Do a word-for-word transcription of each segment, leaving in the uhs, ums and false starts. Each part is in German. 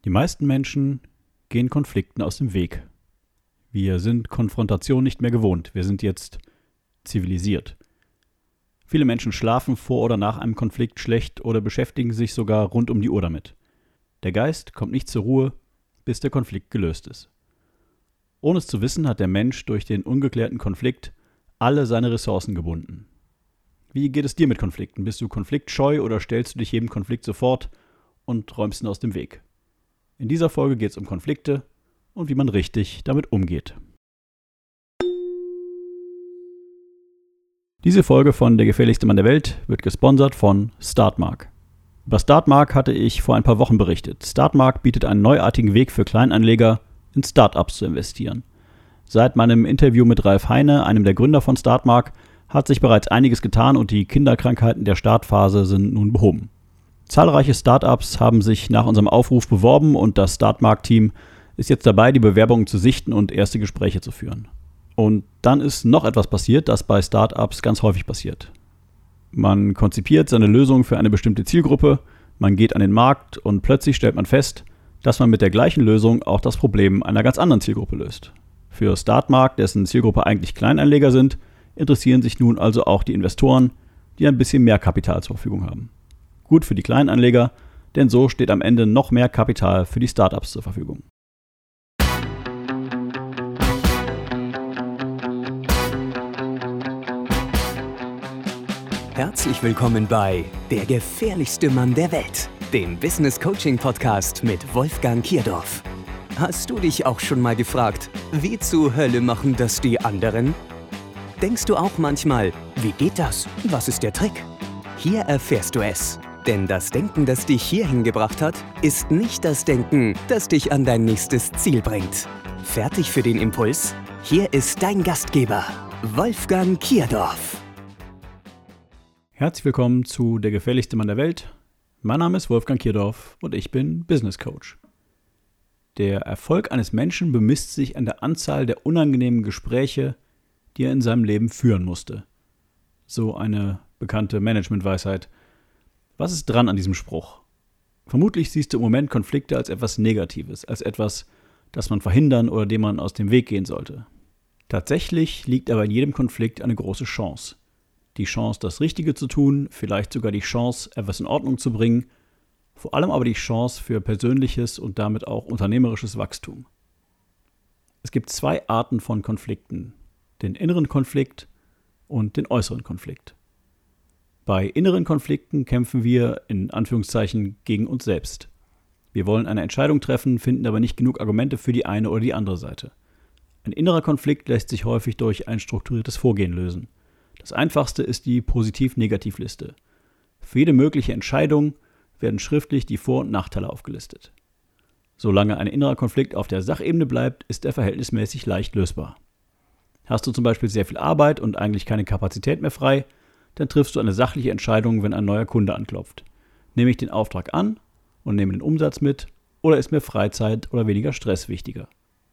Die meisten Menschen gehen Konflikten aus dem Weg. Wir sind Konfrontation nicht mehr gewohnt. Wir sind jetzt zivilisiert. Viele Menschen schlafen vor oder nach einem Konflikt schlecht oder beschäftigen sich sogar rund um die Uhr damit. Der Geist kommt nicht zur Ruhe, bis der Konflikt gelöst ist. Ohne es zu wissen, hat der Mensch durch den ungeklärten Konflikt alle seine Ressourcen gebunden. Wie geht es dir mit Konflikten? Bist du konfliktscheu oder stellst du dich jedem Konflikt sofort und räumst ihn aus dem Weg? In dieser Folge geht es um Konflikte und wie man richtig damit umgeht. Diese Folge von Der gefährlichste Mann der Welt wird gesponsert von Startmark. Über Startmark hatte ich vor ein paar Wochen berichtet. Startmark bietet einen neuartigen Weg für Kleinanleger, in Startups zu investieren. Seit meinem Interview mit Ralf Heine, einem der Gründer von Startmark, hat sich bereits einiges getan und die Kinderkrankheiten der Startphase sind nun behoben. Zahlreiche Startups haben sich nach unserem Aufruf beworben und das Startmark-Team ist jetzt dabei, die Bewerbungen zu sichten und erste Gespräche zu führen. Und dann ist noch etwas passiert, das bei Startups ganz häufig passiert. Man konzipiert seine Lösung für eine bestimmte Zielgruppe, man geht an den Markt und plötzlich stellt man fest, dass man mit der gleichen Lösung auch das Problem einer ganz anderen Zielgruppe löst. Für Startmark, dessen Zielgruppe eigentlich Kleinanleger sind, interessieren sich nun also auch die Investoren, die ein bisschen mehr Kapital zur Verfügung haben. Gut für die Kleinanleger, denn so steht am Ende noch mehr Kapital für die Startups zur Verfügung. Herzlich willkommen bei Der gefährlichste Mann der Welt, dem Business Coaching Podcast mit Wolfgang Kierdorf. Hast du dich auch schon mal gefragt, wie zur Hölle machen das die anderen? Denkst du auch manchmal, wie geht das? Was ist der Trick? Hier erfährst du es. Denn das Denken, das dich hierhin gebracht hat, ist nicht das Denken, das dich an dein nächstes Ziel bringt. Fertig für den Impuls? Hier ist dein Gastgeber, Wolfgang Kierdorf. Herzlich willkommen zu Der gefährlichste Mann der Welt. Mein Name ist Wolfgang Kierdorf und ich bin Business Coach. Der Erfolg eines Menschen bemisst sich an der Anzahl der unangenehmen Gespräche, die er in seinem Leben führen musste. So eine bekannte Management-Weisheit. Was ist dran an diesem Spruch? Vermutlich siehst du im Moment Konflikte als etwas Negatives, als etwas, das man verhindern oder dem man aus dem Weg gehen sollte. Tatsächlich liegt aber in jedem Konflikt eine große Chance. Die Chance, das Richtige zu tun, vielleicht sogar die Chance, etwas in Ordnung zu bringen, vor allem aber die Chance für persönliches und damit auch unternehmerisches Wachstum. Es gibt zwei Arten von Konflikten, den inneren Konflikt und den äußeren Konflikt. Bei inneren Konflikten kämpfen wir in Anführungszeichen gegen uns selbst. Wir wollen eine Entscheidung treffen, finden aber nicht genug Argumente für die eine oder die andere Seite. Ein innerer Konflikt lässt sich häufig durch ein strukturiertes Vorgehen lösen. Das einfachste ist die Positiv-Negativ-Liste. Für jede mögliche Entscheidung werden schriftlich die Vor- und Nachteile aufgelistet. Solange ein innerer Konflikt auf der Sachebene bleibt, ist er verhältnismäßig leicht lösbar. Hast du zum Beispiel sehr viel Arbeit und eigentlich keine Kapazität mehr frei, dann triffst du eine sachliche Entscheidung, wenn ein neuer Kunde anklopft. Nehme ich den Auftrag an und nehme den Umsatz mit oder ist mir Freizeit oder weniger Stress wichtiger?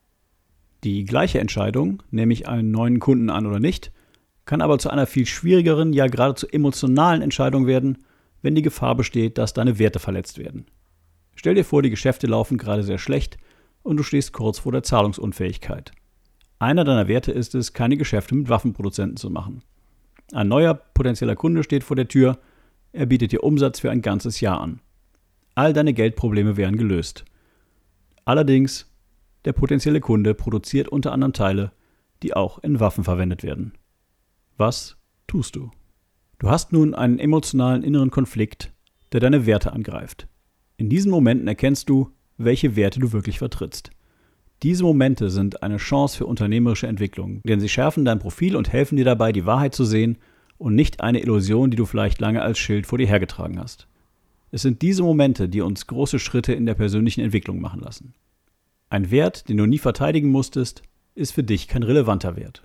Die gleiche Entscheidung, nehme ich einen neuen Kunden an oder nicht, kann aber zu einer viel schwierigeren, ja geradezu emotionalen Entscheidung werden, wenn die Gefahr besteht, dass deine Werte verletzt werden. Stell dir vor, die Geschäfte laufen gerade sehr schlecht und du stehst kurz vor der Zahlungsunfähigkeit. Einer deiner Werte ist es, keine Geschäfte mit Waffenproduzenten zu machen. Ein neuer potenzieller Kunde steht vor der Tür, er bietet dir Umsatz für ein ganzes Jahr an. All deine Geldprobleme wären gelöst. Allerdings, der potenzielle Kunde produziert unter anderem Teile, die auch in Waffen verwendet werden. Was tust du? Du hast nun einen emotionalen inneren Konflikt, der deine Werte angreift. In diesen Momenten erkennst du, welche Werte du wirklich vertrittst. Diese Momente sind eine Chance für unternehmerische Entwicklung, denn sie schärfen dein Profil und helfen dir dabei, die Wahrheit zu sehen und nicht eine Illusion, die du vielleicht lange als Schild vor dir hergetragen hast. Es sind diese Momente, die uns große Schritte in der persönlichen Entwicklung machen lassen. Ein Wert, den du nie verteidigen musstest, ist für dich kein relevanter Wert.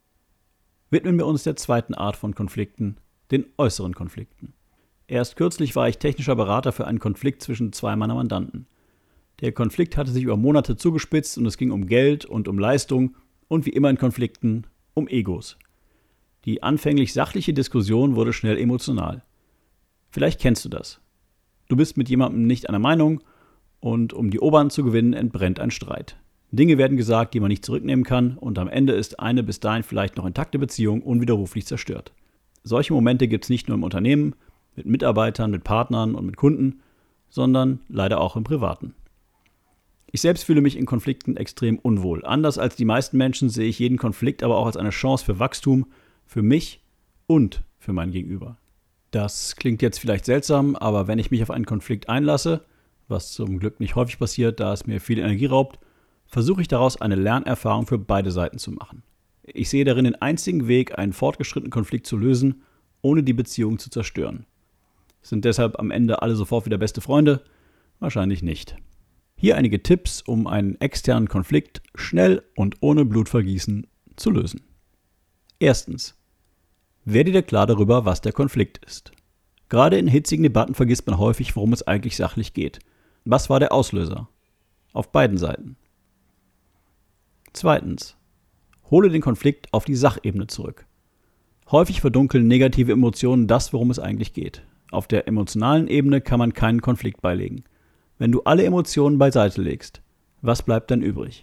Widmen wir uns der zweiten Art von Konflikten, den äußeren Konflikten. Erst kürzlich war ich technischer Berater für einen Konflikt zwischen zwei meiner Mandanten. Der Konflikt hatte sich über Monate zugespitzt und es ging um Geld und um Leistung und wie immer in Konflikten um Egos. Die anfänglich sachliche Diskussion wurde schnell emotional. Vielleicht kennst du das. Du bist mit jemandem nicht einer Meinung und um die Oberhand zu gewinnen, entbrennt ein Streit. Dinge werden gesagt, die man nicht zurücknehmen kann und am Ende ist eine bis dahin vielleicht noch intakte Beziehung unwiderruflich zerstört. Solche Momente gibt es nicht nur im Unternehmen, mit Mitarbeitern, mit Partnern und mit Kunden, sondern leider auch im Privaten. Ich selbst fühle mich in Konflikten extrem unwohl. Anders als die meisten Menschen sehe ich jeden Konflikt aber auch als eine Chance für Wachstum, für mich und für mein Gegenüber. Das klingt jetzt vielleicht seltsam, aber wenn ich mich auf einen Konflikt einlasse, was zum Glück nicht häufig passiert, da es mir viel Energie raubt, versuche ich daraus eine Lernerfahrung für beide Seiten zu machen. Ich sehe darin den einzigen Weg, einen fortgeschrittenen Konflikt zu lösen, ohne die Beziehung zu zerstören. Sind deshalb am Ende alle sofort wieder beste Freunde? Wahrscheinlich nicht. Hier einige Tipps, um einen externen Konflikt schnell und ohne Blutvergießen zu lösen. Erstens. Werde dir klar darüber, was der Konflikt ist. Gerade in hitzigen Debatten vergisst man häufig, worum es eigentlich sachlich geht. Was war der Auslöser? Auf beiden Seiten. Zweitens. Hole den Konflikt auf die Sachebene zurück. Häufig verdunkeln negative Emotionen das, worum es eigentlich geht. Auf der emotionalen Ebene kann man keinen Konflikt beilegen. Wenn du alle Emotionen beiseite legst, was bleibt dann übrig?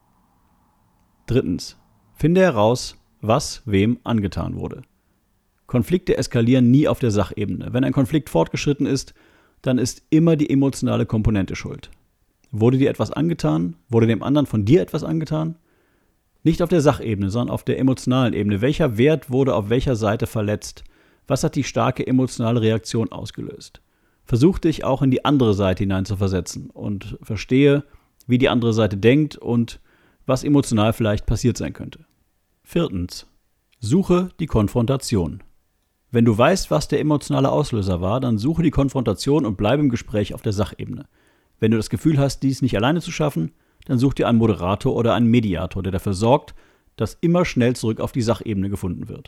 Drittens. Finde heraus, was wem angetan wurde. Konflikte eskalieren nie auf der Sachebene. Wenn ein Konflikt fortgeschritten ist, dann ist immer die emotionale Komponente schuld. Wurde dir etwas angetan? Wurde dem anderen von dir etwas angetan? Nicht auf der Sachebene, sondern auf der emotionalen Ebene. Welcher Wert wurde auf welcher Seite verletzt? Was hat die starke emotionale Reaktion ausgelöst? Versuch dich auch in die andere Seite hineinzuversetzen und verstehe, wie die andere Seite denkt und was emotional vielleicht passiert sein könnte. Viertens. Suche die Konfrontation. Wenn du weißt, was der emotionale Auslöser war, dann suche die Konfrontation und bleibe im Gespräch auf der Sachebene. Wenn du das Gefühl hast, dies nicht alleine zu schaffen, dann such dir einen Moderator oder einen Mediator, der dafür sorgt, dass immer schnell zurück auf die Sachebene gefunden wird.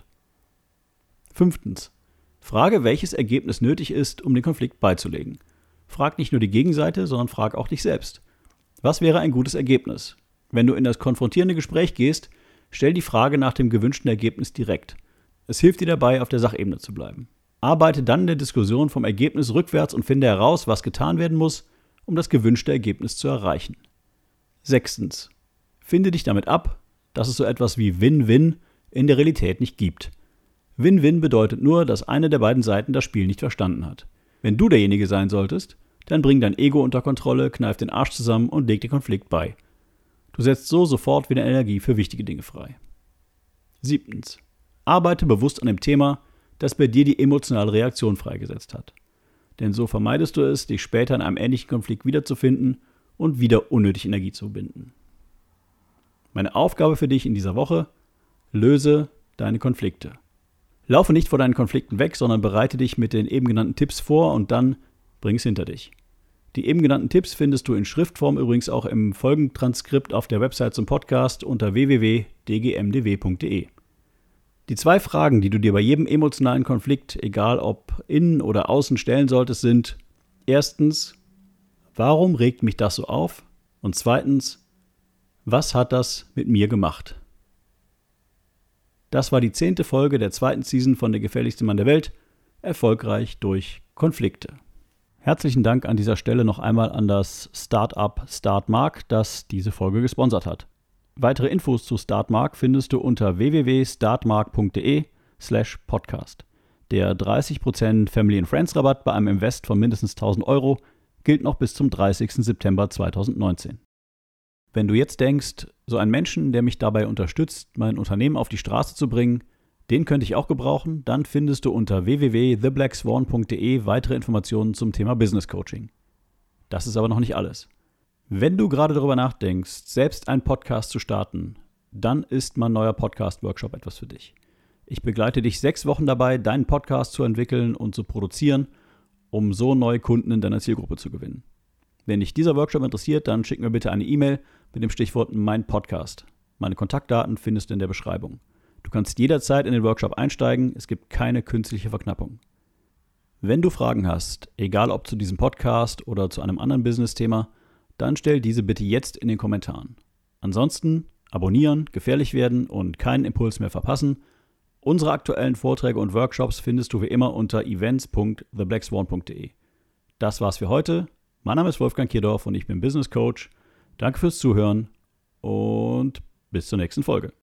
Fünftens. Frage, welches Ergebnis nötig ist, um den Konflikt beizulegen. Frag nicht nur die Gegenseite, sondern frag auch dich selbst. Was wäre ein gutes Ergebnis? Wenn du in das konfrontierende Gespräch gehst, stell die Frage nach dem gewünschten Ergebnis direkt. Es hilft dir dabei, auf der Sachebene zu bleiben. Arbeite dann in der Diskussion vom Ergebnis rückwärts und finde heraus, was getan werden muss, um das gewünschte Ergebnis zu erreichen. Sechstens. Finde dich damit ab, dass es so etwas wie Win-Win in der Realität nicht gibt. Win-Win bedeutet nur, dass eine der beiden Seiten das Spiel nicht verstanden hat. Wenn du derjenige sein solltest, dann bring dein Ego unter Kontrolle, kneif den Arsch zusammen und leg den Konflikt bei. Du setzt so sofort wieder Energie für wichtige Dinge frei. Siebtens. Arbeite bewusst an dem Thema, das bei dir die emotionale Reaktion freigesetzt hat. Denn so vermeidest du es, dich später in einem ähnlichen Konflikt wiederzufinden und wieder unnötig Energie zu binden. Meine Aufgabe für dich in dieser Woche: löse deine Konflikte. Laufe nicht vor deinen Konflikten weg, sondern bereite dich mit den eben genannten Tipps vor und dann bring es hinter dich. Die eben genannten Tipps findest du in Schriftform übrigens auch im Folgentranskript auf der Website zum Podcast unter w w w punkt d g m d w punkt d e. Die zwei Fragen, die du dir bei jedem emotionalen Konflikt, egal ob innen oder außen, stellen solltest, sind: Erstens, warum regt mich das so auf? Und zweitens, was hat das mit mir gemacht? Das war die zehnte Folge der zweiten Season von Der gefährlichste Mann der Welt. Erfolgreich durch Konflikte. Herzlichen Dank an dieser Stelle noch einmal an das Startup Startmark, das diese Folge gesponsert hat. Weitere Infos zu Startmark findest du unter w w w punkt startmark punkt d e slash podcast. Der dreißig Prozent Family and Friends Rabatt bei einem Invest von mindestens tausend Euro gilt noch bis zum dreißigsten September zweitausendneunzehn. Wenn du jetzt denkst, so ein Menschen, der mich dabei unterstützt, mein Unternehmen auf die Straße zu bringen, den könnte ich auch gebrauchen, dann findest du unter w w w punkt the black swan punkt d e weitere Informationen zum Thema Business Coaching. Das ist aber noch nicht alles. Wenn du gerade darüber nachdenkst, selbst einen Podcast zu starten, dann ist mein neuer Podcast-Workshop etwas für dich. Ich begleite dich sechs Wochen dabei, deinen Podcast zu entwickeln und zu produzieren, um so neue Kunden in deiner Zielgruppe zu gewinnen. Wenn dich dieser Workshop interessiert, dann schick mir bitte eine E-Mail mit dem Stichwort Mein Podcast. Meine Kontaktdaten findest du in der Beschreibung. Du kannst jederzeit in den Workshop einsteigen, es gibt keine künstliche Verknappung. Wenn du Fragen hast, egal ob zu diesem Podcast oder zu einem anderen Business-Thema, dann stell diese bitte jetzt in den Kommentaren. Ansonsten abonnieren, gefährlich werden und keinen Impuls mehr verpassen. Unsere aktuellen Vorträge und Workshops findest du wie immer unter events punkt the black swan punkt d e. Das war's für heute. Mein Name ist Wolfgang Kierdorf und ich bin Business Coach. Danke fürs Zuhören und bis zur nächsten Folge.